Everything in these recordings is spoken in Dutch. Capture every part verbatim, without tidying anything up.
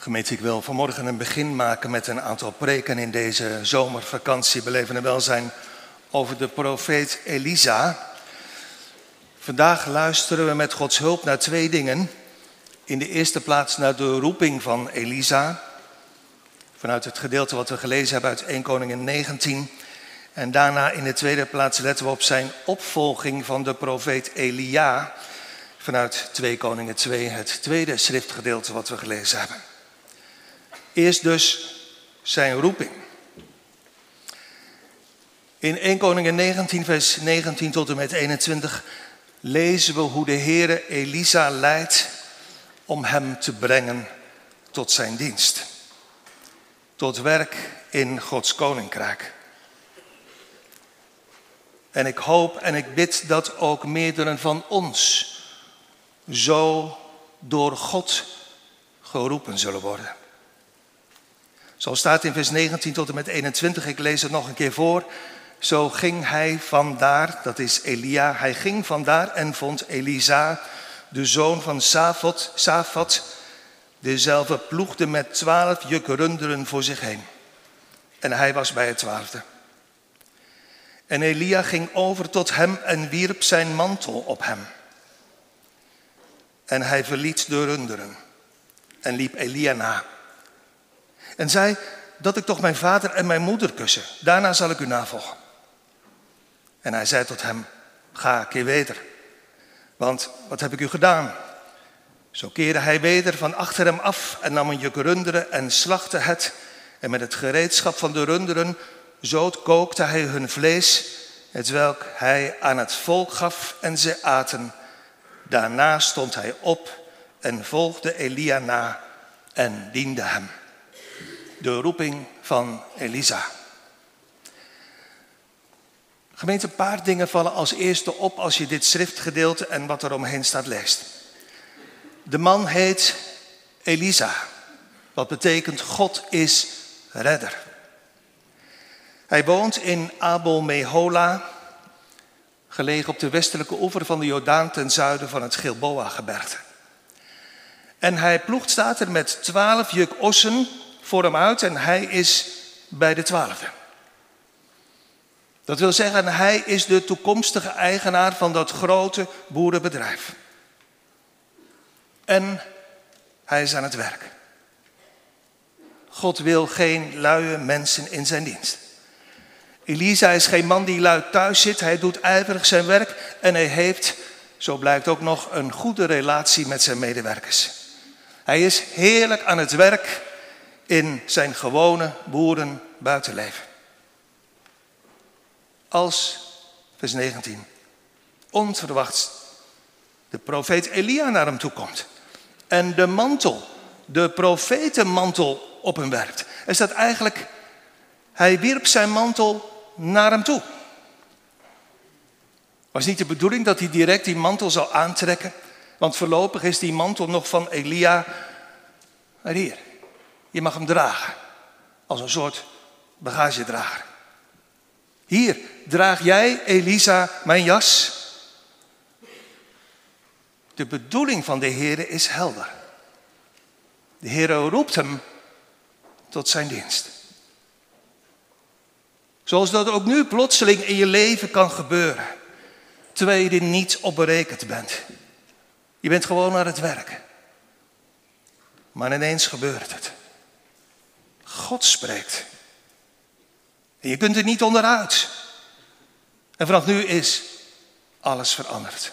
Gemeente, ik wil vanmorgen een begin maken met een aantal preken in deze zomervakantie Beleven en Welzijn over de profeet Elisa. Vandaag luisteren we met Gods hulp naar twee dingen. In de eerste plaats naar de roeping van Elisa, vanuit het gedeelte wat we gelezen hebben uit Eerste Koningen negentien. En daarna in de tweede plaats letten we op zijn opvolging van de profeet Elia, vanuit Tweede Koningen twee, het tweede schriftgedeelte wat we gelezen hebben. Eerst dus zijn roeping. In Eerste Koningen negentien, vers negentien tot en met eenentwintig lezen we hoe de Heere Elisa leidt om hem te brengen tot zijn dienst. Tot werk in Gods koninkrijk. En ik hoop en ik bid dat ook meerdere van ons zo door God geroepen zullen worden. Zo staat in vers negentien tot en met eenentwintig, ik lees het nog een keer voor. Zo ging hij vandaar, dat is Elia, hij ging vandaar en vond Elisa, de zoon van Safat, Safat, dezelfde ploegde met twaalf juk runderen voor zich heen. En hij was bij het twaalfde. En Elia ging over tot hem en wierp zijn mantel op hem. En hij verliet de runderen en liep Elia na. En zei, dat ik toch mijn vader en mijn moeder kussen. Daarna zal ik u navolgen. En hij zei tot hem, ga, keer weder. Want wat heb ik u gedaan? Zo keerde hij weder van achter hem af en nam een juk runderen en slachtte het. En met het gereedschap van de runderen zout kookte hij hun vlees, hetwelk hij aan het volk gaf en ze aten. Daarna stond hij op en volgde Elia na en diende hem. De roeping van Elisa. Gemeente, een paar dingen vallen als eerste op als je dit schriftgedeelte en wat er omheen staat leest. De man heet Elisa, wat betekent God is redder. Hij woont in Abel Mehola, gelegen op de westelijke oever van de Jordaan ten zuiden van het Gilboa-gebergte. En hij ploegt, staat er, met twaalf juk ossen voor hem uit en hij is bij de twaalfde. Dat wil zeggen, hij is de toekomstige eigenaar van dat grote boerenbedrijf. En hij is aan het werk. God wil geen luie mensen in zijn dienst. Elisa is geen man die lui thuis zit, hij doet ijverig zijn werk en hij heeft, zo blijkt ook nog, een goede relatie met zijn medewerkers. Hij is heerlijk aan het werk in zijn gewone boeren buitenleven. Als, vers negentien, onverwachts de profeet Elia naar hem toe komt en de mantel, de profetenmantel op hem werpt. Er staat eigenlijk, hij wierp zijn mantel naar hem toe. Was niet de bedoeling dat hij direct die mantel zou aantrekken, want voorlopig is die mantel nog van Elia. Maar hier, je mag hem dragen, als een soort bagagedrager. Hier, draag jij, Elisa, mijn jas. De bedoeling van de Heere is helder. De Heere roept hem tot zijn dienst. Zoals dat ook nu plotseling in je leven kan gebeuren, terwijl je er niet op berekend bent. Je bent gewoon aan het werk. Maar ineens gebeurt het. God spreekt. En je kunt er niet onderuit. En vanaf nu is alles veranderd.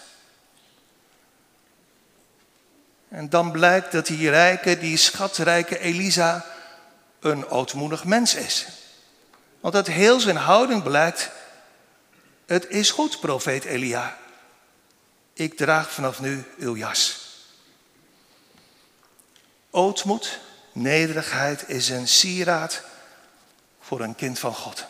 En dan blijkt dat die rijke, die schatrijke Elisa een ootmoedig mens is. Want uit heel zijn houding blijkt, het is goed, profeet Elia. Ik draag vanaf nu uw jas. Ootmoed, nederigheid is een sieraad voor een kind van God.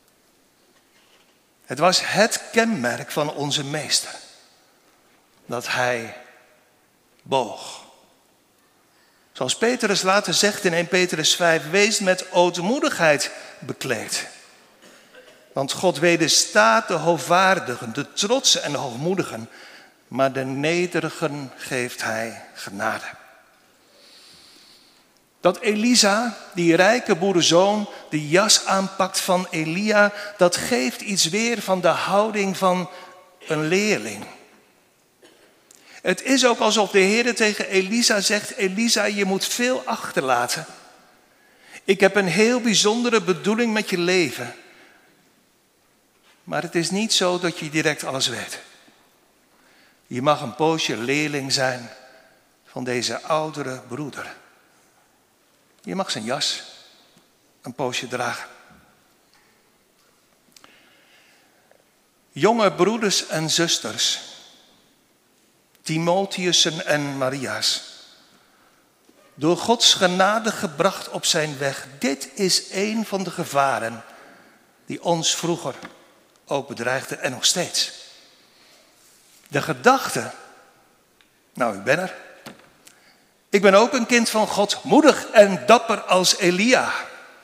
Het was het kenmerk van onze meester. Dat hij boog. Zoals Petrus later zegt in Eerste Petrus vijf, wees met ootmoedigheid bekleed. Want God wederstaat de hoogvaardigen, de trotsen en de hoogmoedigen, maar de nederigen geeft hij genade. Dat Elisa, die rijke boerenzoon, de jas aanpakt van Elia, dat geeft iets weer van de houding van een leerling. Het is ook alsof de Heer tegen Elisa zegt, Elisa, je moet veel achterlaten. Ik heb een heel bijzondere bedoeling met je leven. Maar het is niet zo dat je direct alles weet. Je mag een poosje leerling zijn van deze oudere broeder. Je mag zijn jas een poosje dragen. Jonge broeders en zusters, Timotheüssen en Maria's, door Gods genade gebracht op zijn weg. Dit is een van de gevaren die ons vroeger ook bedreigden en nog steeds. De gedachte, nou ik ben er. Ik ben ook een kind van God, moedig en dapper als Elia.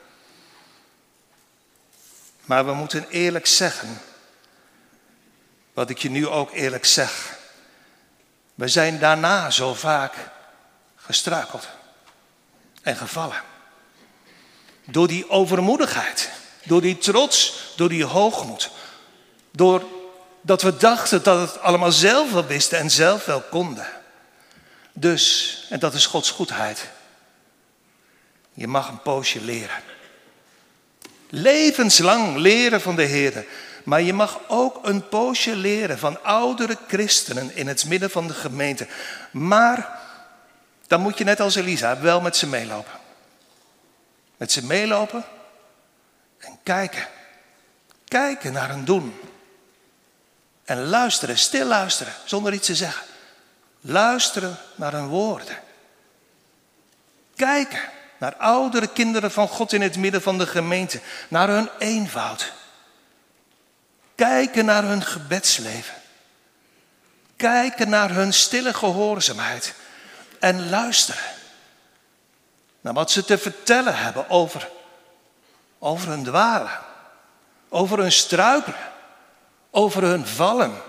Maar we moeten eerlijk zeggen, wat ik je nu ook eerlijk zeg. We zijn daarna zo vaak gestruikeld en gevallen. Door die overmoedigheid, door die trots, door die hoogmoed. Doordat we dachten dat het allemaal zelf wel wisten en zelf wel konden. Dus, en dat is Gods goedheid, je mag een poosje leren. Levenslang leren van de Heer. Maar je mag ook een poosje leren van oudere christenen in het midden van de gemeente. Maar dan moet je net als Elisa wel met ze meelopen. Met ze meelopen en kijken. Kijken naar hun doen. En luisteren, stil luisteren, zonder iets te zeggen. Luisteren naar hun woorden. Kijken naar oudere kinderen van God in het midden van de gemeente. Naar hun eenvoud. Kijken naar hun gebedsleven. Kijken naar hun stille gehoorzaamheid. En luisteren naar wat ze te vertellen hebben over, over hun dwalen. Over hun struikelen. Over hun vallen.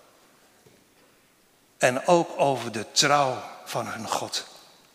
En ook over de trouw van hun God.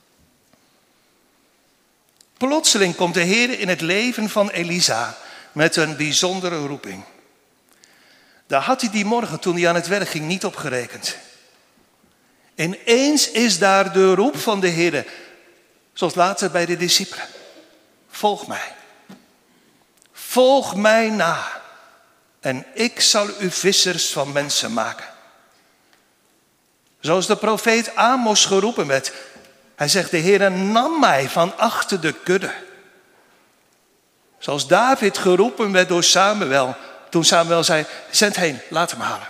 Plotseling komt de Heer in het leven van Elisa met een bijzondere roeping. Daar had hij die morgen toen hij aan het werk ging niet op gerekend. Ineens is daar de roep van de Heer, zoals later bij de discipelen. Volg mij. Volg mij na. En ik zal u vissers van mensen maken. Zoals de profeet Amos geroepen werd. Hij zegt, de Heer nam mij van achter de kudde. Zoals David geroepen werd door Samuel. Toen Samuel zei, zend heen, laat hem halen.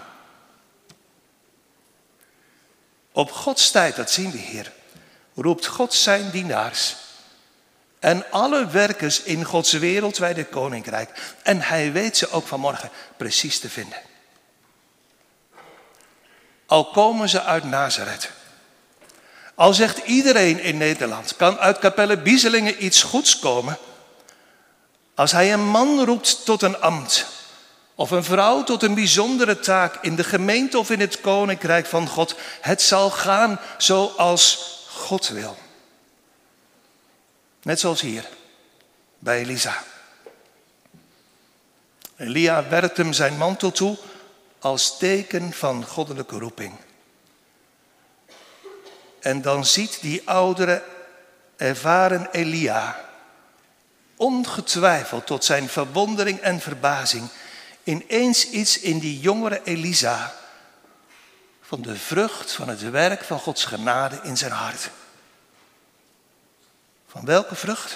Op Gods tijd, dat zien we hier, roept God zijn dienaars. En alle werkers in Gods wereldwijde koninkrijk. En hij weet ze ook vanmorgen precies te vinden. Al komen ze uit Nazareth. Al zegt iedereen in Nederland, kan uit Capelle Bieselingen iets goeds komen. Als hij een man roept tot een ambt. Of een vrouw tot een bijzondere taak in de gemeente of in het koninkrijk van God. Het zal gaan zoals God wil. Net zoals hier, bij Elisa. Elia werpt hem zijn mantel toe als teken van goddelijke roeping. En dan ziet die oudere, ervaren Elia, ongetwijfeld tot zijn verwondering en verbazing, ineens iets in die jongere Elisa van de vrucht van het werk van Gods genade in zijn hart. Van welke vrucht?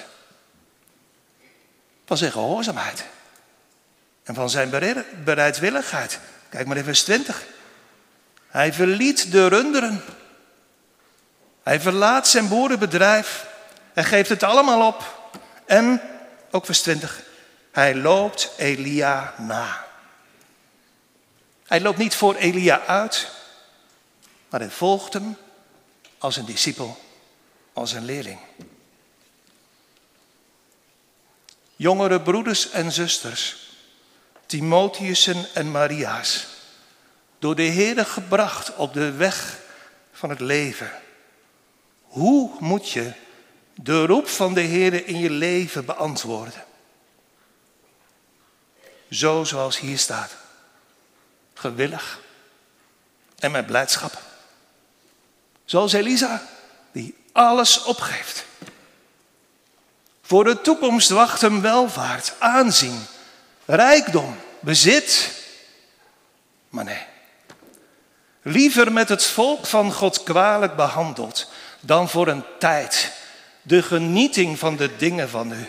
Van zijn gehoorzaamheid. En van zijn bereidwilligheid. Kijk maar even vers twintig. Hij verliet de runderen. Hij verlaat zijn boerenbedrijf. Hij geeft het allemaal op. En, ook vers twintig, hij loopt Elia na. Hij loopt niet voor Elia uit, maar hij volgt hem als een discipel, als een leerling. Jongere broeders en zusters, Timotheüssen en Maria's, door de Heer gebracht op de weg van het leven. Hoe moet je de roep van de Heer in je leven beantwoorden. Zo zoals hier staat. Gewillig en met blijdschap. Zoals Elisa, die alles opgeeft. Voor de toekomst wacht hem welvaart, aanzien, rijkdom, bezit. Maar nee. Liever met het volk van God kwalijk behandeld dan voor een tijd de genieting van de dingen van u.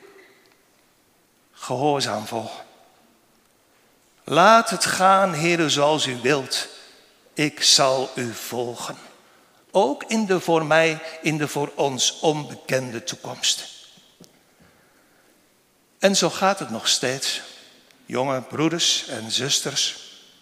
Gehoorzaam volgen. Laat het gaan, Heere, zoals u wilt. Ik zal u volgen. Ook in de voor mij, in de voor ons onbekende toekomst. En zo gaat het nog steeds, jonge broeders en zusters.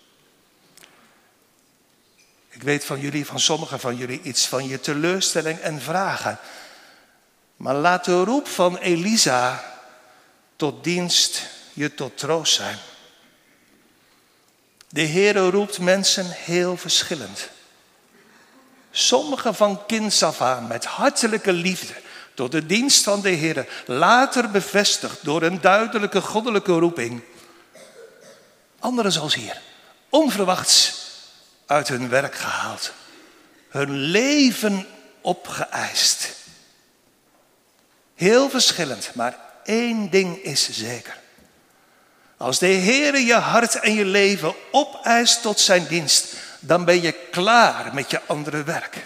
Ik weet van jullie, van sommigen van jullie, iets van je teleurstelling en vragen. Maar laat de roep van Elisa tot dienst je tot troost zijn. De Heere roept mensen heel verschillend. Sommigen van kinds af aan met hartelijke liefde tot de dienst van de Heere, later bevestigd door een duidelijke goddelijke roeping. Anderen zoals hier, onverwachts uit hun werk gehaald, hun leven opgeëist. Heel verschillend, maar één ding is zeker. Als de Heere je hart en je leven opeist tot zijn dienst, dan ben je klaar met je andere werk.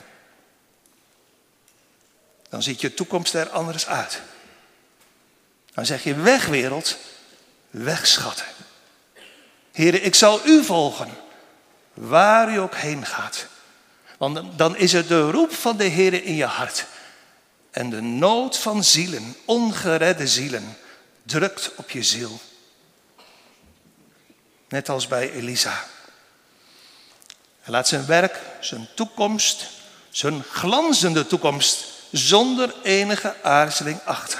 Dan ziet je toekomst er anders uit. Dan zeg je, weg wereld, weg schatten. Heere, ik zal u volgen, waar u ook heen gaat. Want dan is het de roep van de Heere in je hart. En de nood van zielen, ongeredde zielen, drukt op je ziel. Net als bij Elisa. Hij laat zijn werk, zijn toekomst, zijn glanzende toekomst, zonder enige aarzeling achter.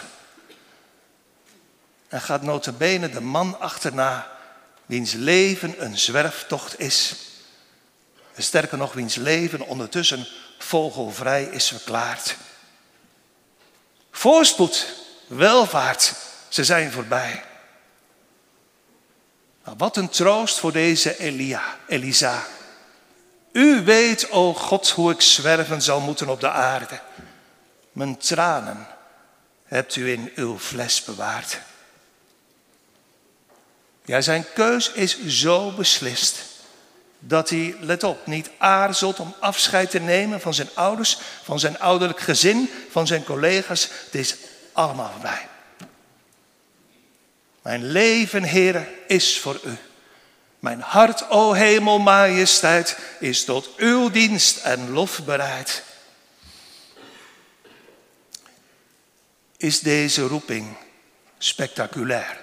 En gaat nota bene de man achterna, wiens leven een zwerftocht is. En sterker nog, wiens leven ondertussen vogelvrij is verklaard. Voorspoed, welvaart, ze zijn voorbij. Nou, wat een troost voor deze Elia, Elisa. U weet, o God, hoe ik zwerven zal moeten op de aarde. Mijn tranen hebt u in uw fles bewaard. Ja, zijn keus is zo beslist dat hij, let op, niet aarzelt om afscheid te nemen van zijn ouders, van zijn ouderlijk gezin, van zijn collega's. Het is allemaal voorbij. Mijn leven, Heere, is voor u. Mijn hart, o hemel, majesteit, is tot uw dienst en lof bereid. Is deze roeping spectaculair?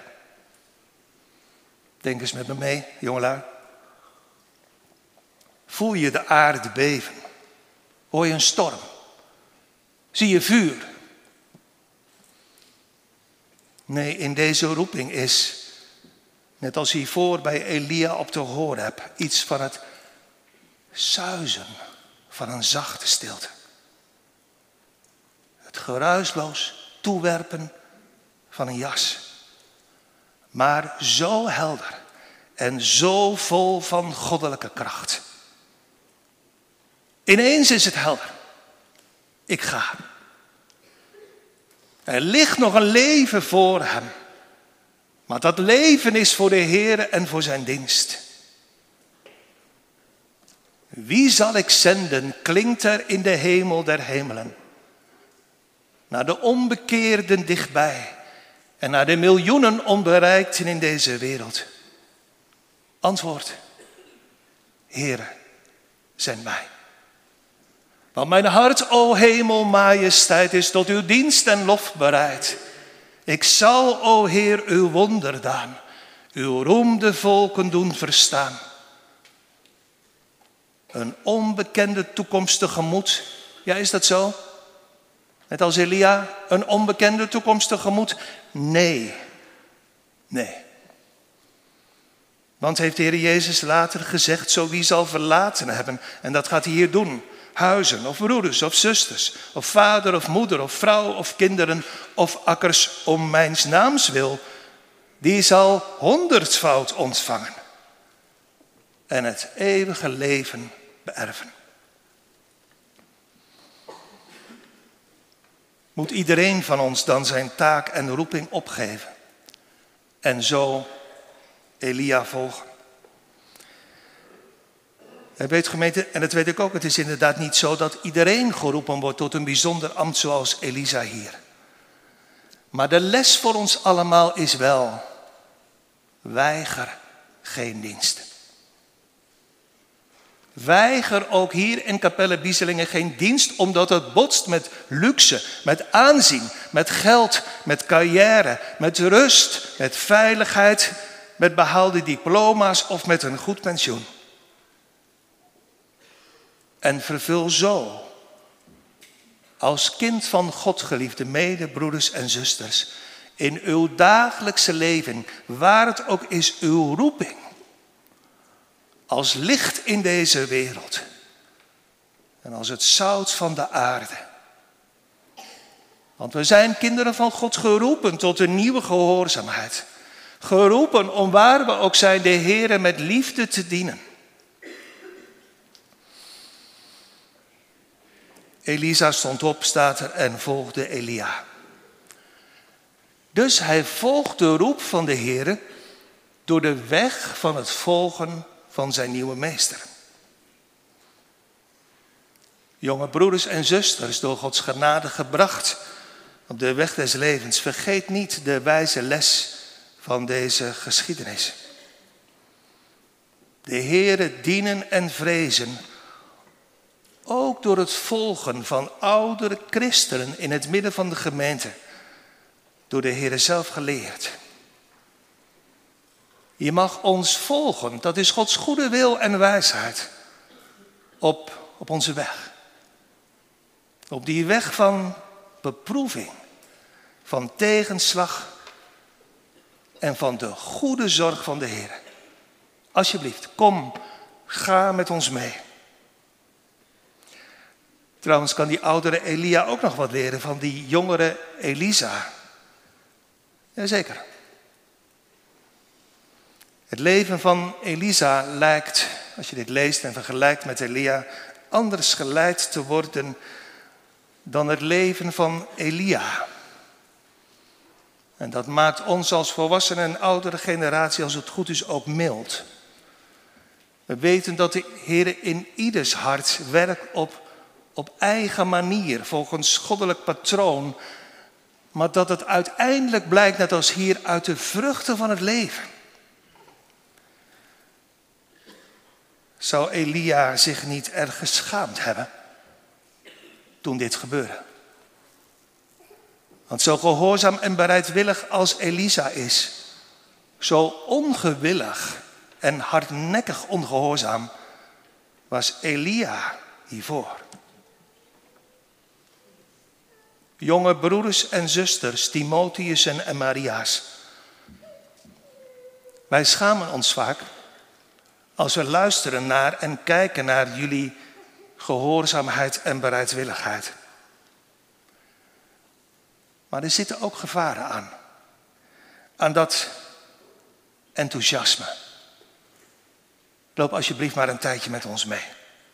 Denk eens met me mee, jongelui. Voel je de aarde beven? Hoor je een storm? Zie je vuur? Nee, in deze roeping is, net als hiervoor bij Elia op de Horeb, iets van het suizen van een zachte stilte. Het geruisloos toewerpen van een jas. Maar zo helder en zo vol van goddelijke kracht. Ineens is het helder. Ik ga. Er ligt nog een leven voor hem. Maar dat leven is voor de Heere en voor zijn dienst. Wie zal ik zenden, klinkt er in de hemel der hemelen. Naar de onbekeerden dichtbij. En naar de miljoenen onbereikten in deze wereld. Antwoord. Heere, zend mij. Want mijn hart, o hemel, majesteit, is tot uw dienst en lof bereid. Ik zal, o Heer, uw wonderdaan, uw roem de volken doen verstaan. Een onbekende toekomst tegemoet. Ja, is dat zo? Net als Elia, een onbekende toekomst tegemoet? Nee. Nee. Want heeft de Heer Jezus later gezegd, zo wie zal verlaten hebben. En dat gaat hij hier doen. huizen of broeders of zusters, of vader of moeder of vrouw of kinderen of akkers om mijns naams wil, die zal honderdvoud ontvangen en het eeuwige leven beërven. Moet iedereen van ons dan zijn taak en roeping opgeven en zo Elia volgen? En weet gemeente, en dat weet ik ook, het is inderdaad niet zo dat iedereen geroepen wordt tot een bijzonder ambt zoals Elisa hier. Maar de les voor ons allemaal is wel, weiger geen dienst. Weiger ook hier in Capelle Bieselingen geen dienst, omdat het botst met luxe, met aanzien, met geld, met carrière, met rust, met veiligheid, met behaalde diploma's of met een goed pensioen. En vervul zo, als kind van God geliefde medebroeders en zusters, in uw dagelijkse leven, waar het ook is, uw roeping. Als licht in deze wereld. En als het zout van de aarde. Want we zijn kinderen van God geroepen tot een nieuwe gehoorzaamheid. Geroepen om waar we ook zijn de Heere met liefde te dienen. Elisa stond op, staat er, en volgde Elia. Dus hij volgt de roep van de Heere door de weg van het volgen van zijn nieuwe meester. Jonge broeders en zusters, door Gods genade gebracht op de weg des levens, vergeet niet de wijze les van deze geschiedenis. De Heere dienen en vrezen, ook door het volgen van oudere christenen in het midden van de gemeente, door de Heere zelf geleerd. Je mag ons volgen, dat is Gods goede wil en wijsheid, op, op onze weg. Op die weg van beproeving, van tegenslag en van de goede zorg van de Heer. Alsjeblieft, kom, ga met ons mee. Trouwens kan die oudere Elia ook nog wat leren van die jongere Elisa. Jazeker. Het leven van Elisa lijkt, als je dit leest en vergelijkt met Elia, anders geleid te worden dan het leven van Elia. En dat maakt ons als volwassenen en oudere generatie, als het goed is, ook mild. We weten dat de Heer in ieders hart werkt op, op eigen manier, volgens goddelijk patroon. Maar dat het uiteindelijk blijkt, net als hier, uit de vruchten van het leven. Zou Elia zich niet erg geschaamd hebben toen dit gebeurde? Want zo gehoorzaam en bereidwillig als Elisa is, zo ongewillig en hardnekkig ongehoorzaam was Elia hiervoor. Jonge broeders en zusters, Timotheus en Maria's. Wij schamen ons vaak als we luisteren naar en kijken naar jullie gehoorzaamheid en bereidwilligheid. Maar er zitten ook gevaren aan. Aan dat enthousiasme. Loop alsjeblieft maar een tijdje met ons mee.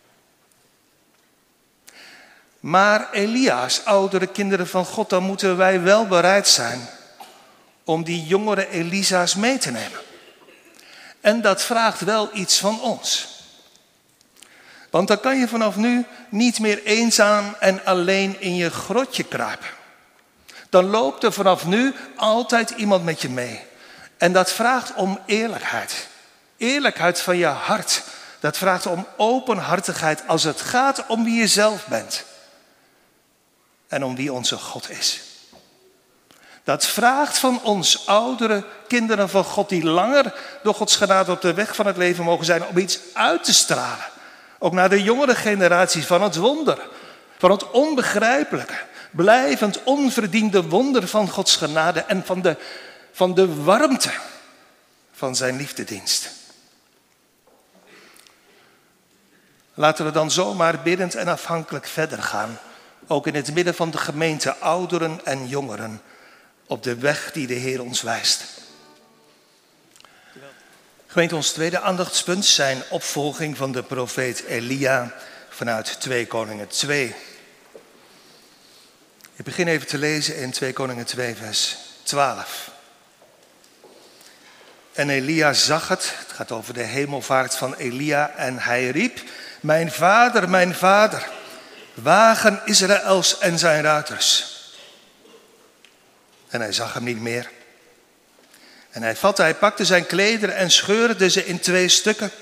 Maar Elia's oudere kinderen van God, dan moeten wij wel bereid zijn om die jongere Elisa's mee te nemen. En dat vraagt wel iets van ons. Want dan kan je vanaf nu niet meer eenzaam en alleen in je grotje kruipen. Dan loopt er vanaf nu altijd iemand met je mee. En dat vraagt om eerlijkheid. Eerlijkheid van je hart. Dat vraagt om openhartigheid als het gaat om wie je zelf bent. En om wie onze God is. Dat vraagt van ons oudere kinderen van God die langer door Gods genade op de weg van het leven mogen zijn, om iets uit te stralen. Ook naar de jongere generaties van het wonder, van het onbegrijpelijke, blijvend onverdiende wonder van Gods genade en van de, van de warmte van zijn liefdedienst. Laten we dan zomaar biddend en afhankelijk verder gaan. Ook in het midden van de gemeente, ouderen en jongeren. Op de weg die de Heer ons wijst. Gemeente, ons tweede aandachtspunt zijn opvolging van de profeet Elia vanuit twee Koningen twee. Ik begin even te lezen in twee Koningen twee vers twaalf. En Elia zag het, het gaat over de hemelvaart van Elia, en hij riep: mijn vader, mijn vader, wagen Israëls en zijn ruiters. En hij zag hem niet meer. En hij vatte, hij pakte zijn klederen en scheurde ze in twee stukken.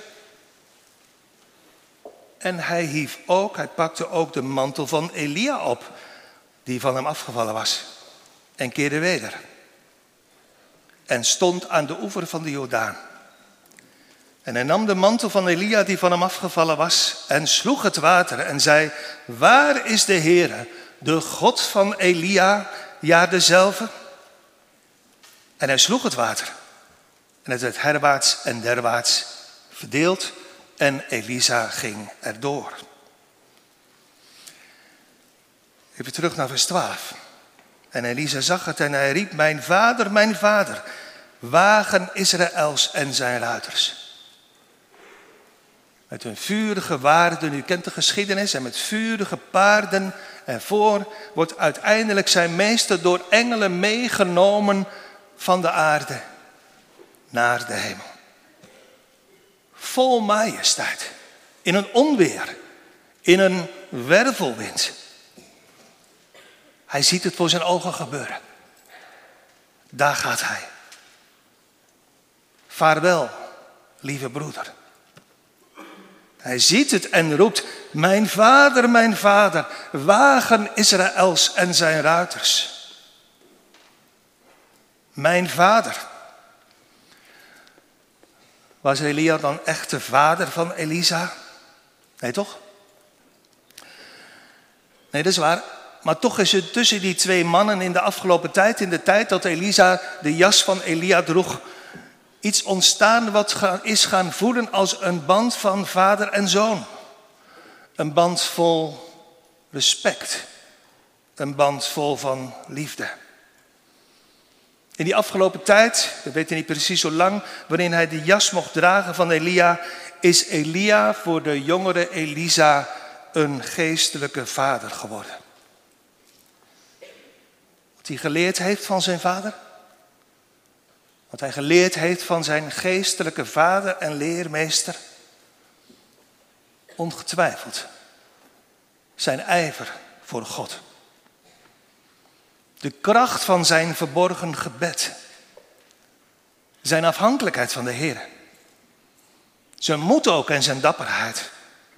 En hij hief ook, hij pakte ook de mantel van Elia op, die van hem afgevallen was, en keerde weder. En stond aan de oever van de Jordaan. En hij nam de mantel van Elia die van hem afgevallen was en sloeg het water en zei: waar is de Heere, de God van Elia, ja dezelfde? En hij sloeg het water. En het werd herwaarts en derwaarts verdeeld en Elisa ging erdoor. Even terug naar vers twaalf. En Elisa zag het en hij riep: mijn vader, mijn vader, wagen Israëls en zijn ruiters. Met hun vurige waarden, u kent de geschiedenis, en met vurige paarden ervoor wordt uiteindelijk zijn meester door engelen meegenomen van de aarde naar de hemel. Vol majesteit, in een onweer, in een wervelwind. Hij ziet het voor zijn ogen gebeuren. Daar gaat hij. Vaarwel, lieve broeder. Hij ziet het en roept: mijn vader, mijn vader, wagen Israëls en zijn ruiters. Mijn vader. Was Elia dan echt de vader van Elisa? Nee, toch? Nee, dat is waar. Maar toch is er tussen die twee mannen in de afgelopen tijd, in de tijd dat Elisa de jas van Elia droeg, iets ontstaan wat is gaan voelen als een band van vader en zoon. Een band vol respect. Een band vol van liefde. In die afgelopen tijd, we weten niet precies hoe lang, waarin hij de jas mocht dragen van Elia, is Elia voor de jongere Elisa een geestelijke vader geworden. Wat hij geleerd heeft van zijn vader. Wat hij geleerd heeft van zijn geestelijke vader en leermeester. Ongetwijfeld zijn ijver voor God. De kracht van zijn verborgen gebed. Zijn afhankelijkheid van de Heer. Zijn moed ook en zijn dapperheid.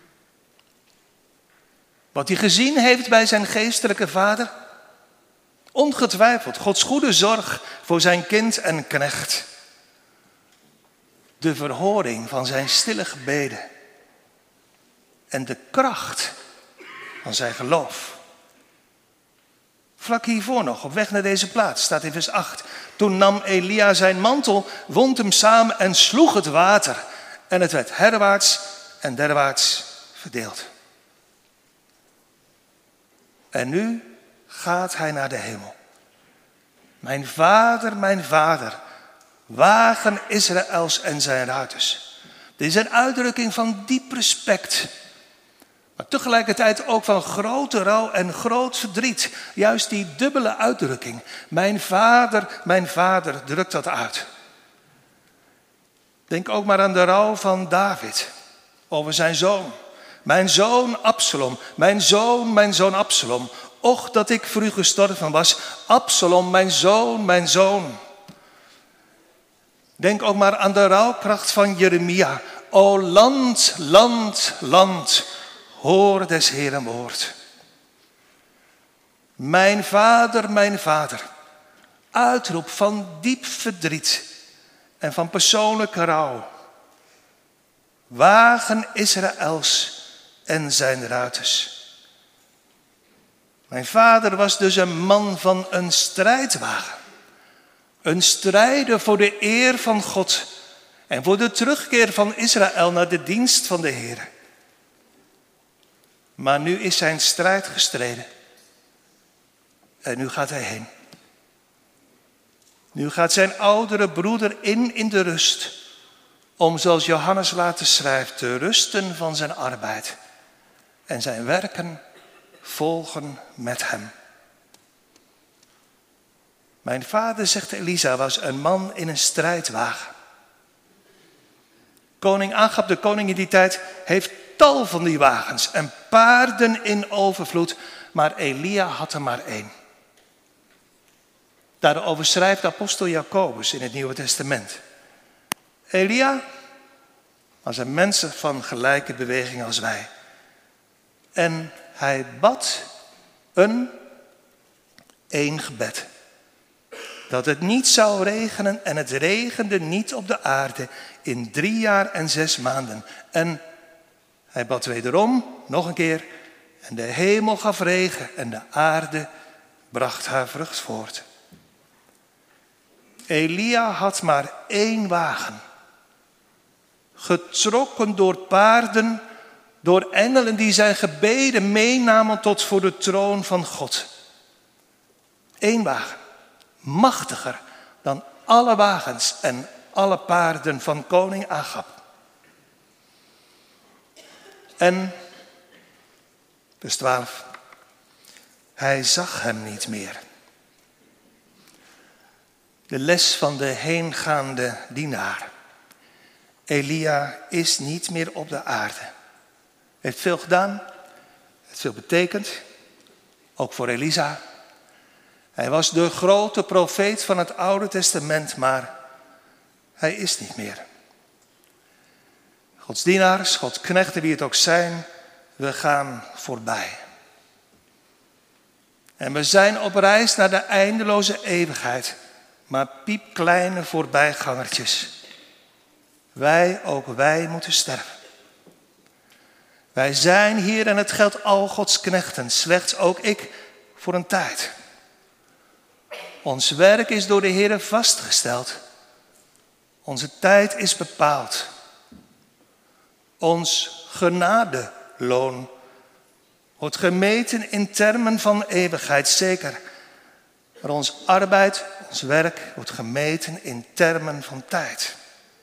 Wat hij gezien heeft bij zijn geestelijke vader. Ongetwijfeld Gods goede zorg voor zijn kind en knecht. De verhoring van zijn stille gebeden. En de kracht van zijn geloof. Vlak hiervoor nog, op weg naar deze plaats, staat in vers acht. Toen nam Elia zijn mantel, wond hem samen en sloeg het water. En het werd herwaarts en derwaarts verdeeld. En nu gaat hij naar de hemel. Mijn vader, mijn vader, wagen Israëls en zijn ruiters. Dit is een uitdrukking van diep respect. Maar tegelijkertijd ook van grote rouw en groot verdriet. Juist die dubbele uitdrukking. Mijn vader, mijn vader, drukt dat uit. Denk ook maar aan de rouw van David over zijn zoon. Mijn zoon Absalom, mijn zoon, mijn zoon Absalom. Och, dat ik voor u gestorven was. Absalom, mijn zoon, mijn zoon. Denk ook maar aan de rouwkracht van Jeremia. O land, land, land, hoor des Heeren woord. Mijn vader, mijn vader. Uitroep van diep verdriet en van persoonlijke rouw. Wagen Israëls en zijn ruiters. Mijn vader was dus een man van een strijdwagen. Een strijder voor de eer van God en voor de terugkeer van Israël naar de dienst van de Heer. Maar nu is zijn strijd gestreden. En nu gaat hij heen. Nu gaat zijn oudere broeder in in de rust. Om, zoals Johannes later schrijft, te rusten van zijn arbeid. En zijn werken volgen met hem. Mijn vader, zegt Elisa, was een man in een strijdwagen. Koning Agab, de koning in die tijd, heeft tal van die wagens en paarden in overvloed. Maar Elia had er maar één. Daarover schrijft de apostel Jacobus in het Nieuwe Testament. Elia was een mens van gelijke beweging als wij. En hij bad een één gebed. Dat het niet zou regenen en het regende niet op de aarde in drie jaar en zes maanden. En hij bad wederom, nog een keer, en de hemel gaf regen en de aarde bracht haar vrucht voort. Elia had maar één wagen. Getrokken door paarden, door engelen die zijn gebeden meenamen tot voor de troon van God. Eén wagen, machtiger dan alle wagens en alle paarden van koning Agab. En, vers twaalf, hij zag hem niet meer. De les van de heengaande dienaar. Elia is niet meer op de aarde. Heeft veel gedaan, heeft veel betekend, ook voor Elisa. Hij was de grote profeet van het Oude Testament, maar hij is niet meer. Gods dienaars, Gods knechten, wie het ook zijn, we gaan voorbij. En we zijn op reis naar de eindeloze eeuwigheid, maar piepkleine voorbijgangertjes. Wij, ook wij, moeten sterven. Wij zijn hier en het geldt al Gods knechten, slechts ook ik voor een tijd. Ons werk is door de Heer vastgesteld. Onze tijd is bepaald. Ons genadeloon wordt gemeten in termen van eeuwigheid, zeker. Maar ons arbeid, ons werk wordt gemeten in termen van tijd.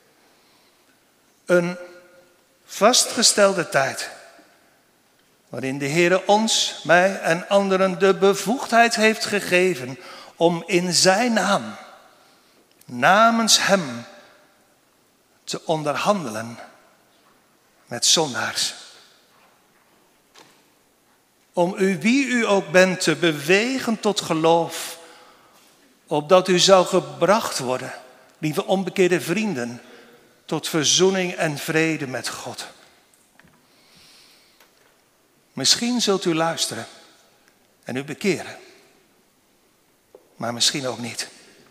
Een vastgestelde tijd. Waarin de Heer ons, mij en anderen de bevoegdheid heeft gegeven om in zijn naam, namens hem, te onderhandelen met zondaars. Om u, wie u ook bent, te bewegen tot geloof, opdat u zou gebracht worden, lieve onbekeerde vrienden, tot verzoening en vrede met God. Misschien zult u luisteren en u bekeren, maar misschien ook niet.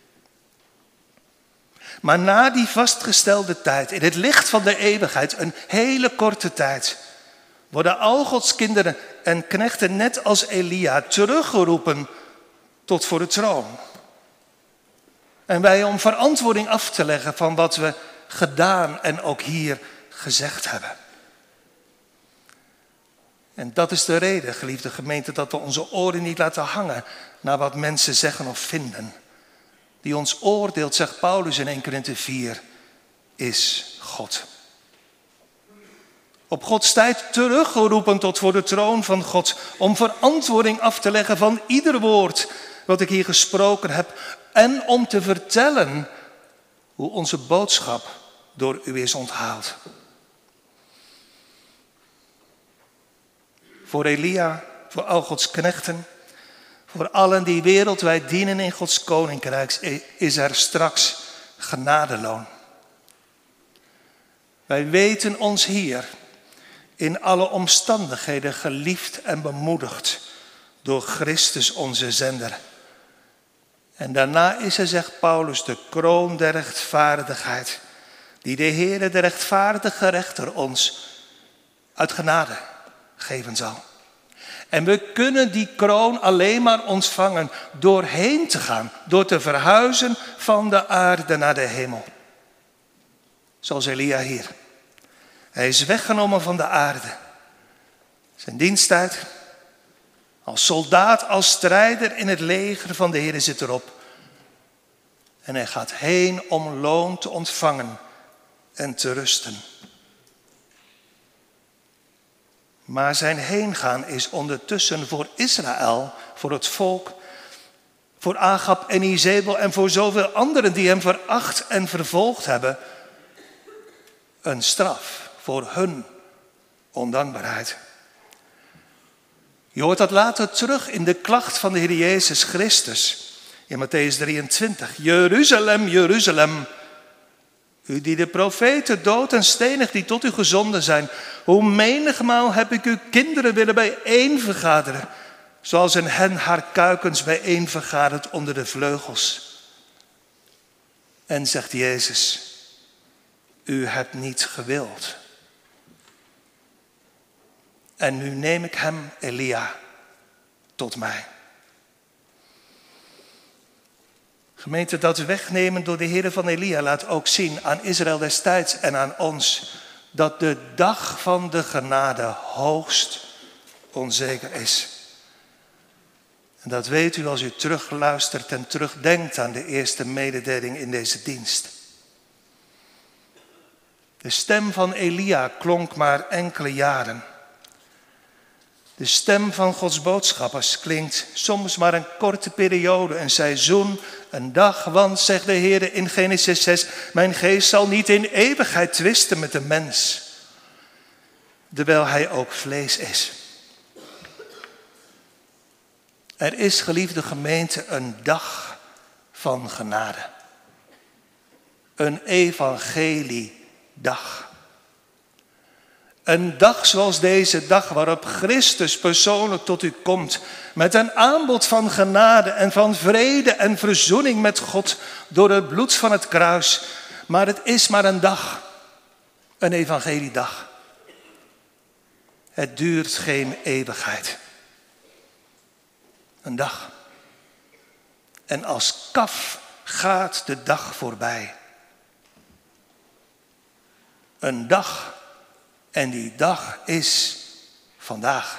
Maar na die vastgestelde tijd, in het licht van de eeuwigheid, een hele korte tijd, worden al Gods kinderen en knechten net als Elia teruggeroepen tot voor de troon. En wij om verantwoording af te leggen van wat we gedaan en ook hier gezegd hebben. En dat is de reden, geliefde gemeente, dat we onze oren niet laten hangen naar wat mensen zeggen of vinden. Die ons oordeelt, zegt Paulus in eerste Korinthe vier, is God. Op Gods tijd teruggeroepen tot voor de troon van God, om verantwoording af te leggen van ieder woord wat ik hier gesproken heb. En om te vertellen hoe onze boodschap door u is onthaald. Voor Elia, voor al Gods knechten, voor allen die wereldwijd dienen in Gods koninkrijk, is er straks genadeloon. Wij weten ons hier in alle omstandigheden geliefd en bemoedigd door Christus onze zender. En daarna is er, zegt Paulus, de kroon der rechtvaardigheid, die de Heere, de rechtvaardige rechter, ons uit genade geven zal. En we kunnen die kroon alleen maar ontvangen door heen te gaan, door te verhuizen van de aarde naar de hemel. Zoals Elia hier. Hij is weggenomen van de aarde. Zijn diensttijd als soldaat, als strijder in het leger van de Heer zit erop. En hij gaat heen om loon te ontvangen en te rusten. Maar zijn heengaan is ondertussen voor Israël, voor het volk, voor Agab en Izebel en voor zoveel anderen die hem veracht en vervolgd hebben, een straf voor hun ondankbaarheid. Je hoort dat later terug in de klacht van de Heer Jezus Christus in Mattheüs drieëntwintig. Jeruzalem, Jeruzalem, u die de profeten doodt en stenigt die tot u gezonden zijn. Hoe menigmaal heb ik uw kinderen willen bijeen vergaderen, zoals een hen haar kuikens bijeen vergadert onder de vleugels. En zegt Jezus, u hebt niet gewild. En nu neem ik hem, Elia, tot mij. Gemeente, dat wegnemen door de Heer van Elia laat ook zien aan Israël destijds en aan ons dat de dag van de genade hoogst onzeker is. En dat weet u als u terugluistert en terugdenkt aan de eerste mededeling in deze dienst. De stem van Elia klonk maar enkele jaren. De stem van Gods boodschappers klinkt soms maar een korte periode, een seizoen, een dag. Want, zegt de Heer in Genesis zes, mijn geest zal niet in eeuwigheid twisten met de mens, terwijl hij ook vlees is. Er is, geliefde gemeente, een dag van genade. Een evangeliedag. Een dag zoals deze dag waarop Christus persoonlijk tot u komt met een aanbod van genade en van vrede en verzoening met God door het bloed van het kruis. Maar het is maar een dag, een evangeliedag. Het duurt geen eeuwigheid. Een dag. En als kaf gaat de dag voorbij. Een dag. En die dag is vandaag.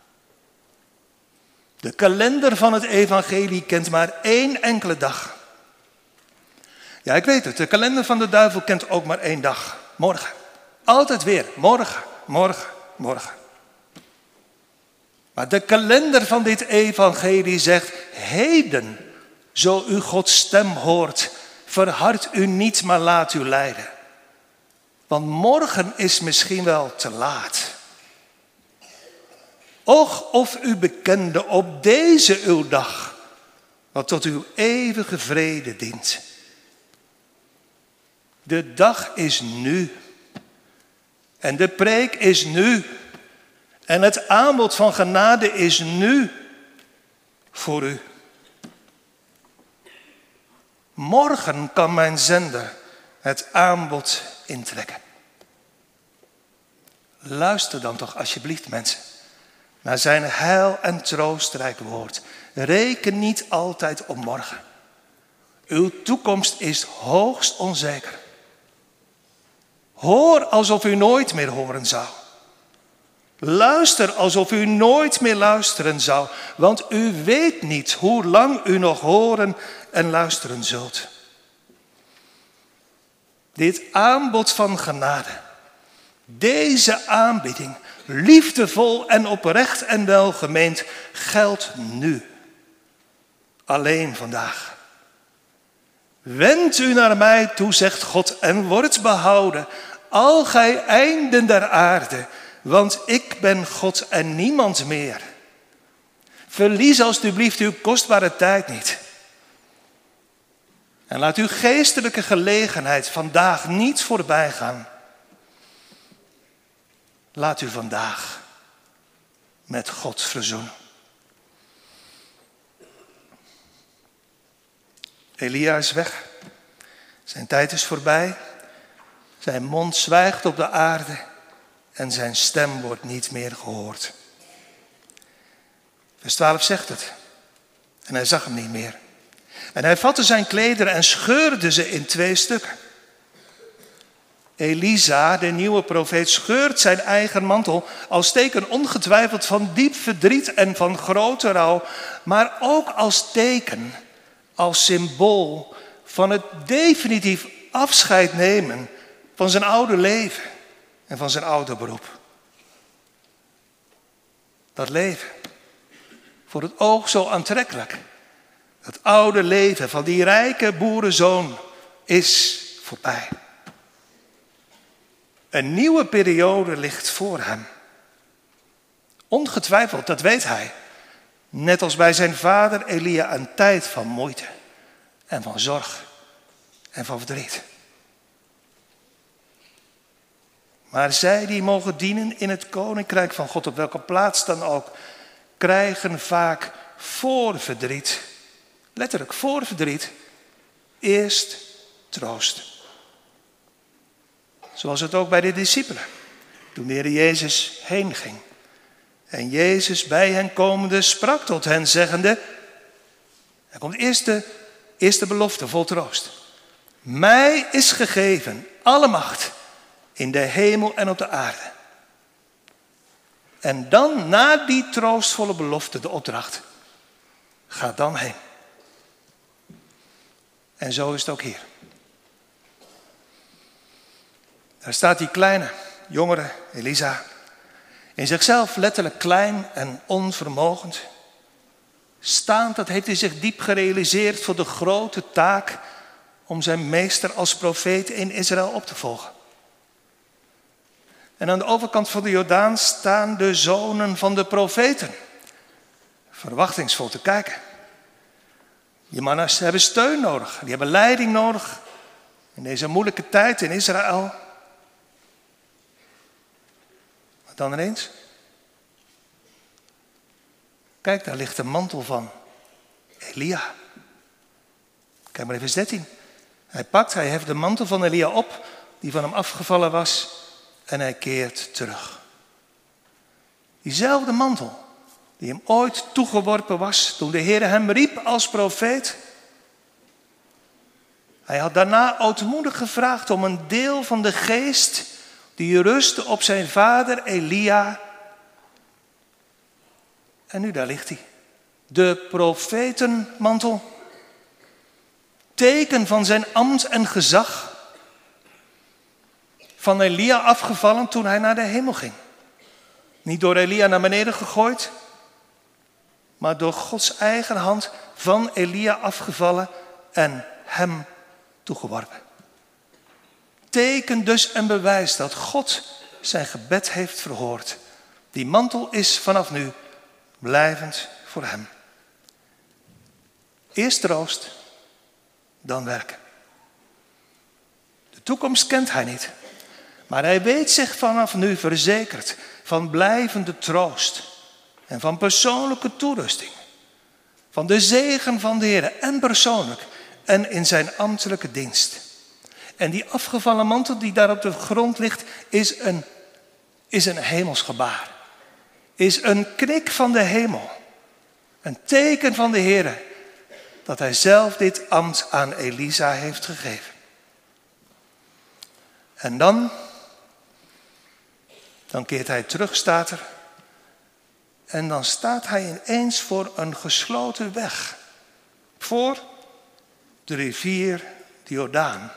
De kalender van het evangelie kent maar één enkele dag. Ja, ik weet het. De kalender van de duivel kent ook maar één dag. Morgen. Altijd weer. Morgen, morgen, morgen. Maar de kalender van dit evangelie zegt, heden, zo u Gods stem hoort, verhard u niet, maar laat u leiden. Want morgen is misschien wel te laat. Och, of u bekende op deze uw dag, wat tot uw eeuwige vrede dient. De dag is nu. En de preek is nu. En het aanbod van genade is nu voor u. Morgen kan mijn zender het aanbod intrekken. Luister dan toch alsjeblieft, mensen, naar zijn heil en troostrijk woord. Reken niet altijd op morgen. Uw toekomst is hoogst onzeker. Hoor alsof u nooit meer horen zou. Luister alsof u nooit meer luisteren zou, want u weet niet hoe lang u nog horen en luisteren zult. Dit aanbod van genade, deze aanbieding, liefdevol en oprecht en welgemeend, geldt nu. Alleen vandaag. Wend u naar mij toe, zegt God, en wordt behouden, al gij einden der aarde, want ik ben God en niemand meer. Verlies alstublieft uw kostbare tijd niet. En laat uw geestelijke gelegenheid vandaag niet voorbij gaan. Laat u vandaag met God verzoenen. Elia is weg. Zijn tijd is voorbij. Zijn mond zwijgt op de aarde. En zijn stem wordt niet meer gehoord. Vers twaalf zegt het. En hij zag hem niet meer. En hij vatte zijn klederen en scheurde ze in twee stukken. Elisa, de nieuwe profeet, scheurt zijn eigen mantel als teken ongetwijfeld van diep verdriet en van grote rouw, maar ook als teken, als symbool van het definitief afscheid nemen van zijn oude leven en van zijn oude beroep. Dat leven, voor het oog zo aantrekkelijk. Het oude leven van die rijke boerenzoon is voorbij. Een nieuwe periode ligt voor hem. Ongetwijfeld, dat weet hij. Net als bij zijn vader Elia, een tijd van moeite en van zorg en van verdriet. Maar zij die mogen dienen in het koninkrijk van God, op welke plaats dan ook, krijgen vaak voor verdriet, letterlijk voor verdriet, eerst troost. Zoals het ook bij de discipelen, toen de Heer Jezus heen ging. En Jezus bij hen komende sprak tot hen zeggende, er komt eerst de eerste belofte vol troost. Mij is gegeven alle macht in de hemel en op de aarde. En dan na die troostvolle belofte de opdracht, ga dan heen. En zo is het ook hier. Daar staat die kleine, jongere Elisa, in zichzelf letterlijk klein en onvermogend. Staand, dat heeft hij zich diep gerealiseerd voor de grote taak om zijn meester als profeet in Israël op te volgen. En aan de overkant van de Jordaan staan de zonen van de profeten. Verwachtingsvol te kijken. Die mannen hebben steun nodig. Die hebben leiding nodig. In deze moeilijke tijd in Israël. Maar dan ineens. Kijk, daar ligt de mantel van Elia. Kijk maar even vers dertien. Hij pakt, hij heft de mantel van Elia op, die van hem afgevallen was. En hij keert terug. Diezelfde mantel die hem ooit toegeworpen was toen de Heer hem riep als profeet. Hij had daarna ootmoedig gevraagd om een deel van de geest die rustte op zijn vader Elia. En nu daar ligt hij. De profetenmantel. Teken van zijn ambt en gezag. Van Elia afgevallen toen hij naar de hemel ging. Niet door Elia naar beneden gegooid, maar door Gods eigen hand van Elia afgevallen en hem toegeworpen. Teken dus en bewijs dat God zijn gebed heeft verhoord. Die mantel is vanaf nu blijvend voor hem. Eerst troost, dan werken. De toekomst kent hij niet. Maar hij weet zich vanaf nu verzekerd van blijvende troost en van persoonlijke toerusting. Van de zegen van de Heer en persoonlijk en in zijn ambtelijke dienst. En die afgevallen mantel die daar op de grond ligt is een, is een hemels gebaar. Is een knik van de hemel. Een teken van de Heer dat hij zelf dit ambt aan Elisa heeft gegeven. En dan... Dan keert hij terug, staat er. En dan staat hij ineens voor een gesloten weg. Voor de rivier de Jordaan.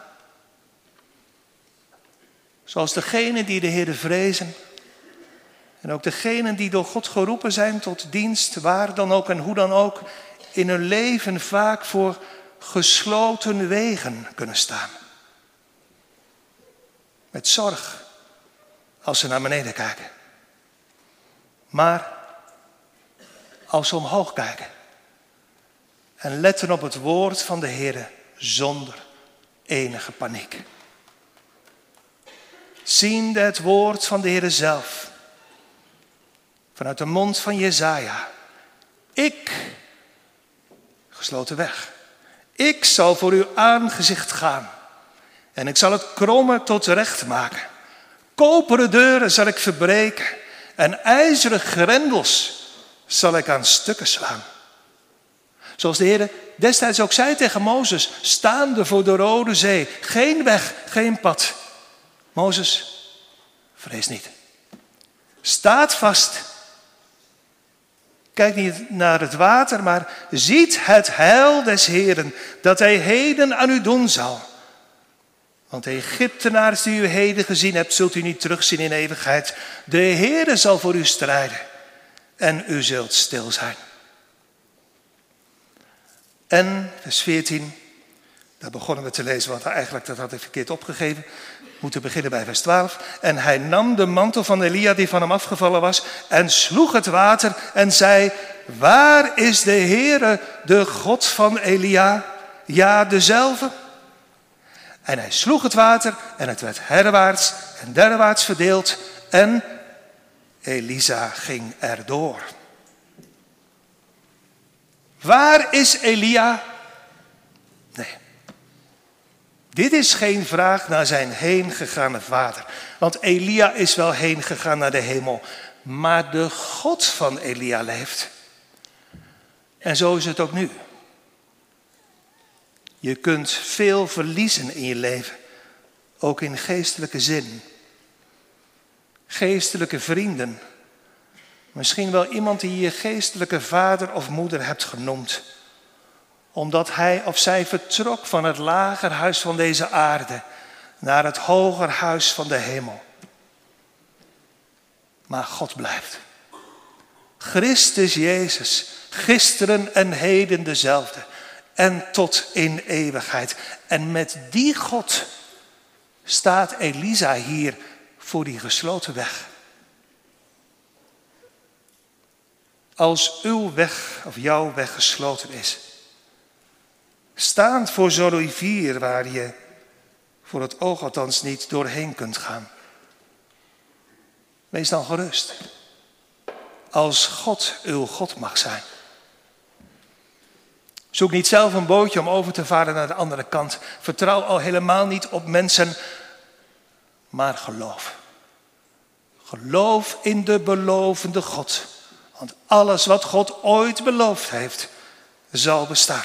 Zoals degenen die de Heer vrezen. En ook degenen die door God geroepen zijn tot dienst, waar dan ook en hoe dan ook, in hun leven vaak voor gesloten wegen kunnen staan. Met zorg. Als ze naar beneden kijken. Maar als ze omhoog kijken. En letten op het woord van de Heer zonder enige paniek. Ziende het woord van de Heer zelf. Vanuit de mond van Jesaja. Ik, gesloten weg. Ik zal voor uw aangezicht gaan. En ik zal het kromme tot recht maken. Koperen deuren zal ik verbreken en ijzeren grendels zal ik aan stukken slaan. Zoals de Heer destijds ook zei tegen Mozes, staande voor de Rode Zee, geen weg, geen pad. Mozes, vrees niet. Staat vast. Kijk niet naar het water, maar ziet het heil des Heeren, dat hij heden aan u doen zal. Want de Egyptenaars die u heden gezien hebt, zult u niet terugzien in eeuwigheid. De Heere zal voor u strijden en u zult stil zijn. En vers veertien, daar begonnen we te lezen, want eigenlijk dat had ik verkeerd opgegeven. We moeten beginnen bij vers twaalf. En hij nam de mantel van Elia die van hem afgevallen was en sloeg het water en zei: waar is de Heere, de God van Elia? Ja, dezelfde. En hij sloeg het water en het werd herwaarts en derwaarts verdeeld en Elisa ging erdoor. Waar is Elia? Nee. Dit is geen vraag naar zijn heen gegaane vader. Want Elia is wel heen gegaan naar de hemel. Maar de God van Elia leeft. En zo is het ook nu. Je kunt veel verliezen in je leven. Ook in geestelijke zin. Geestelijke vrienden. Misschien wel iemand die je geestelijke vader of moeder hebt genoemd. Omdat hij of zij vertrok van het lager huis van deze aarde naar het hoger huis van de hemel. Maar God blijft. Christus Jezus, gisteren en heden dezelfde. En tot in eeuwigheid. En met die God staat Elisa hier voor die gesloten weg. Als uw weg of jouw weg gesloten is. Staand voor zo'n rivier waar je voor het oog althans niet doorheen kunt gaan. Wees dan gerust. Als God uw God mag zijn. Zoek niet zelf een bootje om over te varen naar de andere kant. Vertrouw al helemaal niet op mensen, maar geloof. Geloof in de belovende God. Want alles wat God ooit beloofd heeft, zal bestaan.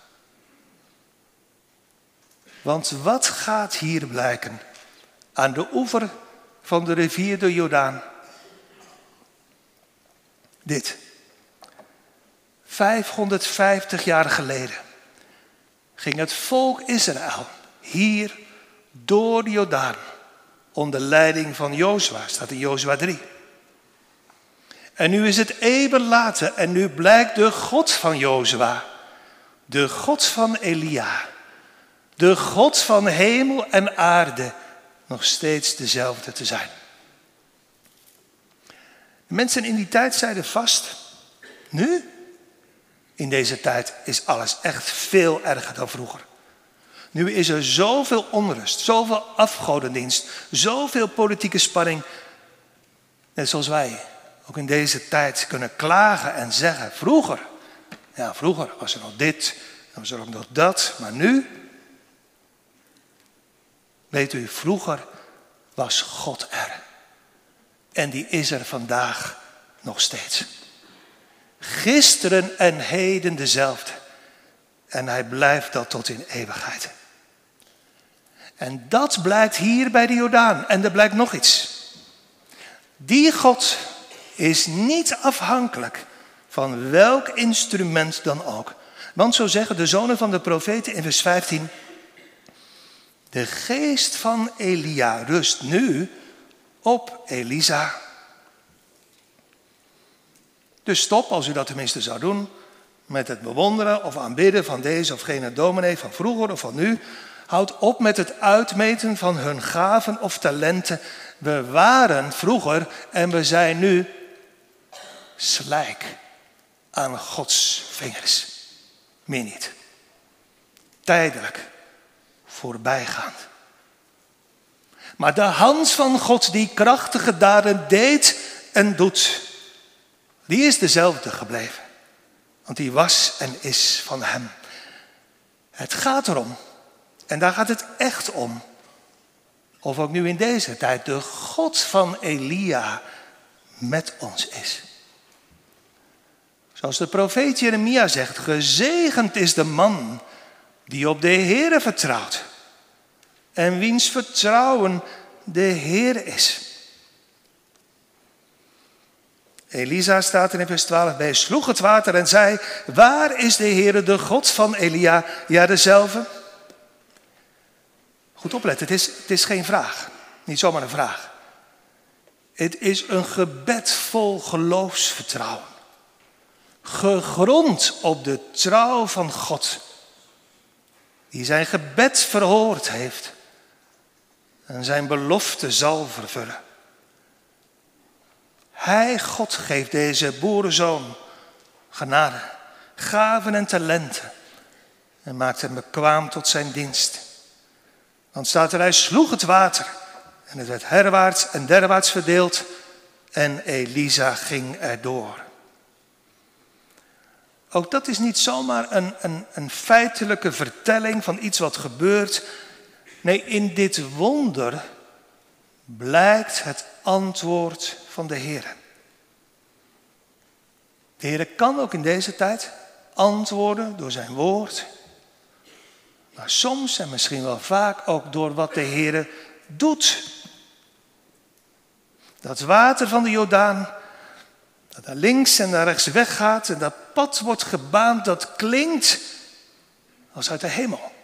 Want wat gaat hier blijken aan de oever van de rivier de Jordaan? Dit. vijfhonderdvijftig jaar geleden ging het volk Israël hier door de Jordaan onder leiding van Jozua, staat in Jozua drie. En nu is het eeuwen later en nu blijkt de God van Jozua, de God van Elia, de God van hemel en aarde nog steeds dezelfde te zijn. De mensen in die tijd zeiden vast, nu, in deze tijd is alles echt veel erger dan vroeger. Nu is er zoveel onrust, zoveel afgodendienst, zoveel politieke spanning. Net zoals wij ook in deze tijd kunnen klagen en zeggen, vroeger, ja vroeger was er nog dit, dan was er ook nog dat, maar nu, weet u, vroeger was God er. En die is er vandaag nog steeds. Gisteren en heden dezelfde. En hij blijft dat tot in eeuwigheid. En dat blijkt hier bij de Jordaan. En er blijkt nog iets. Die God is niet afhankelijk van welk instrument dan ook. Want zo zeggen de zonen van de profeten in vers vijftien. De geest van Elia rust nu op Elisa. Dus stop, als u dat tenminste zou doen, met het bewonderen of aanbidden van deze of gene dominee van vroeger of van nu. Houd op met het uitmeten van hun gaven of talenten. We waren vroeger en we zijn nu slijk aan Gods vingers. Meer niet. Tijdelijk. Voorbijgaand. Maar de hand van God die krachtige daden deed en doet, die is dezelfde gebleven. Want die was en is van hem. Het gaat erom, en daar gaat het echt om, of ook nu in deze tijd de God van Elia met ons is. Zoals de profeet Jeremia zegt, gezegend is de man die op de Heere vertrouwt. En wiens vertrouwen de Heer is. Elisa staat in vers twaalf bij, sloeg het water en zei, waar is de Heere, de God van Elia? Ja, dezelfde. Goed opletten, het is, het is geen vraag. Niet zomaar een vraag. Het is een gebed vol geloofsvertrouwen. Gegrond op de trouw van God. Die zijn gebed verhoord heeft. En zijn belofte zal vervullen. Hij, God, geeft deze boerenzoon genade, gaven en talenten. En maakt hem bekwaam tot zijn dienst. Want staat er, hij sloeg het water. En het werd herwaarts en derwaarts verdeeld. En Elisa ging erdoor. Ook dat is niet zomaar een, een, een feitelijke vertelling van iets wat gebeurt. Nee, in dit wonder blijkt het antwoord van de Heer. De Heer kan ook in deze tijd antwoorden door zijn woord. Maar soms en misschien wel vaak ook door wat de Heer doet. Dat water van de Jordaan, dat naar links en naar rechts weggaat en dat pad wordt gebaand, dat klinkt als uit de hemel.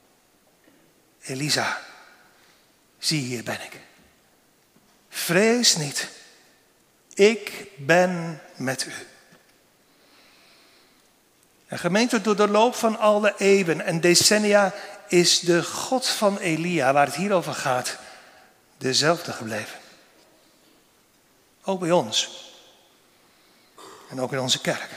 Elisa, zie hier ben ik. Vrees niet, ik ben met u. En gemeente, door de loop van alle eeuwen en decennia is de God van Elia, waar het hier over gaat, dezelfde gebleven. Ook bij ons. En ook in onze kerk.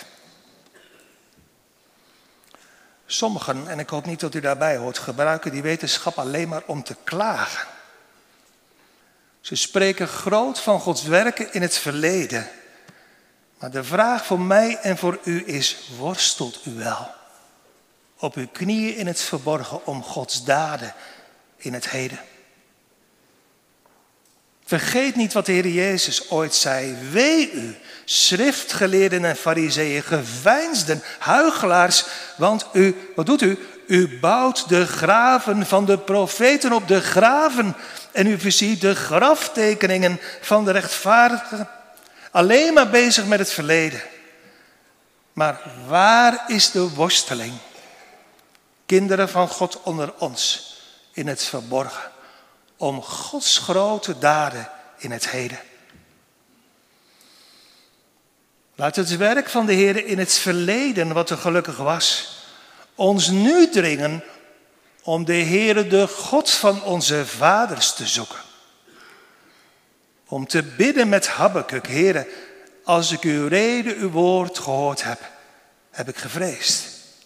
Sommigen, en ik hoop niet dat u daarbij hoort, gebruiken die wetenschap alleen maar om te klagen. Ze spreken groot van Gods werken in het verleden. Maar de vraag voor mij en voor u is, worstelt u wel? Op uw knieën in het verborgen om Gods daden in het heden. Vergeet niet wat de Heer Jezus ooit zei. Wee u, schriftgeleerden en fariseeën, geveinsden, huichelaars. Want u, wat doet u? U bouwt de graven van de profeten op de graven. En u versiert de graftekeningen van de rechtvaardigen. Alleen maar bezig met het verleden. Maar waar is de worsteling? Kinderen van God onder ons in het verborgen. Om Gods grote daden in het heden. Laat het werk van de Heer in het verleden, wat er gelukkig was, ons nu dringen om de Heere, de God van onze vaders te zoeken. Om te bidden met Habakuk, Heere, als ik uw rede, uw woord gehoord heb, heb ik gevreesd.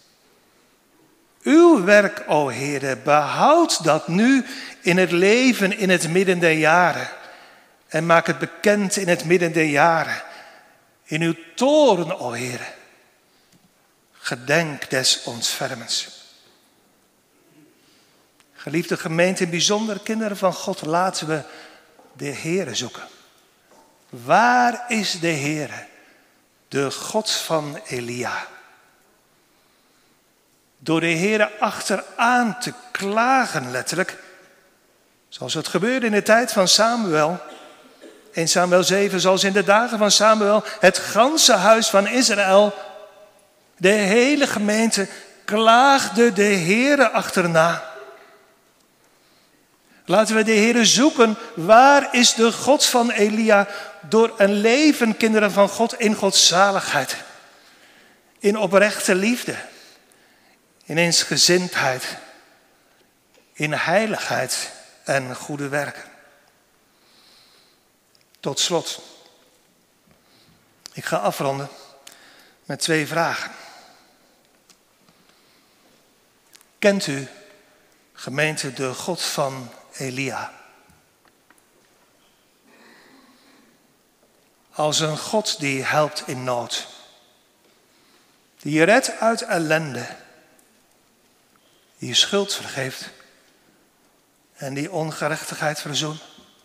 Uw werk, o Heere, behoud dat nu in het leven in het midden der jaren. En maak het bekend in het midden der jaren. In uw toren, o Heere. Gedenk des ontfermens. Geliefde gemeente, in bijzonder kinderen van God, laten we de Heere zoeken. Waar is de Heere, de God van Elia? Door de Heere achteraan te klagen, letterlijk, zoals het gebeurde in de tijd van Samuel. In Samuel zeven, zoals in de dagen van Samuel, het ganse huis van Israël, de hele gemeente, klaagde de Heere achterna. Laten we de Heere zoeken, waar is de God van Elia, door een leven, kinderen van God, in Gods zaligheid, in oprechte liefde, in eensgezindheid, in heiligheid en goede werken. Tot slot, ik ga afronden met twee vragen. Kent u, gemeente, de God van Elia? Als een God die helpt in nood. Die je redt uit ellende. Die je schuld vergeeft. En die ongerechtigheid verzoent.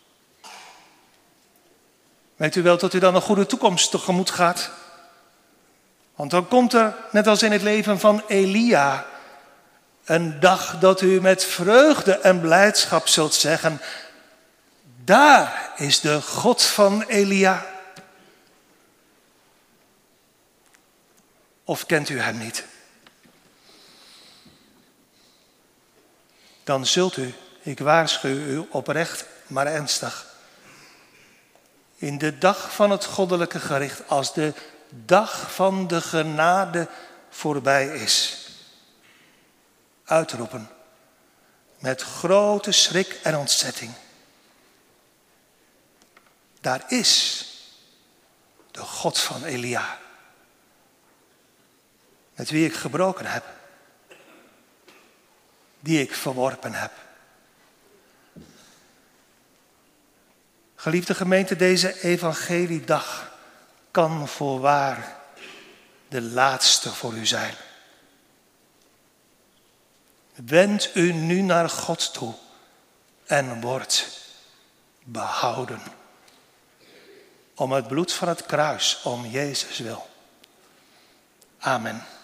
Weet u wel dat u dan een goede toekomst tegemoet gaat? Want dan komt er, net als in het leven van Elia, een dag dat u met vreugde en blijdschap zult zeggen: daar is de God van Elia. Of kent u hem niet? Dan zult u, ik waarschuw u oprecht, maar ernstig, in de dag van het goddelijke gericht, als de dag van de genade voorbij is, uitroepen met grote schrik en ontzetting: daar is de God van Elia, met wie ik gebroken heb, die ik verworpen heb. Geliefde gemeente, deze evangeliedag kan voorwaar de laatste voor u zijn. Wend u nu naar God toe en word behouden. Om het bloed van het kruis, om Jezus wil. Amen.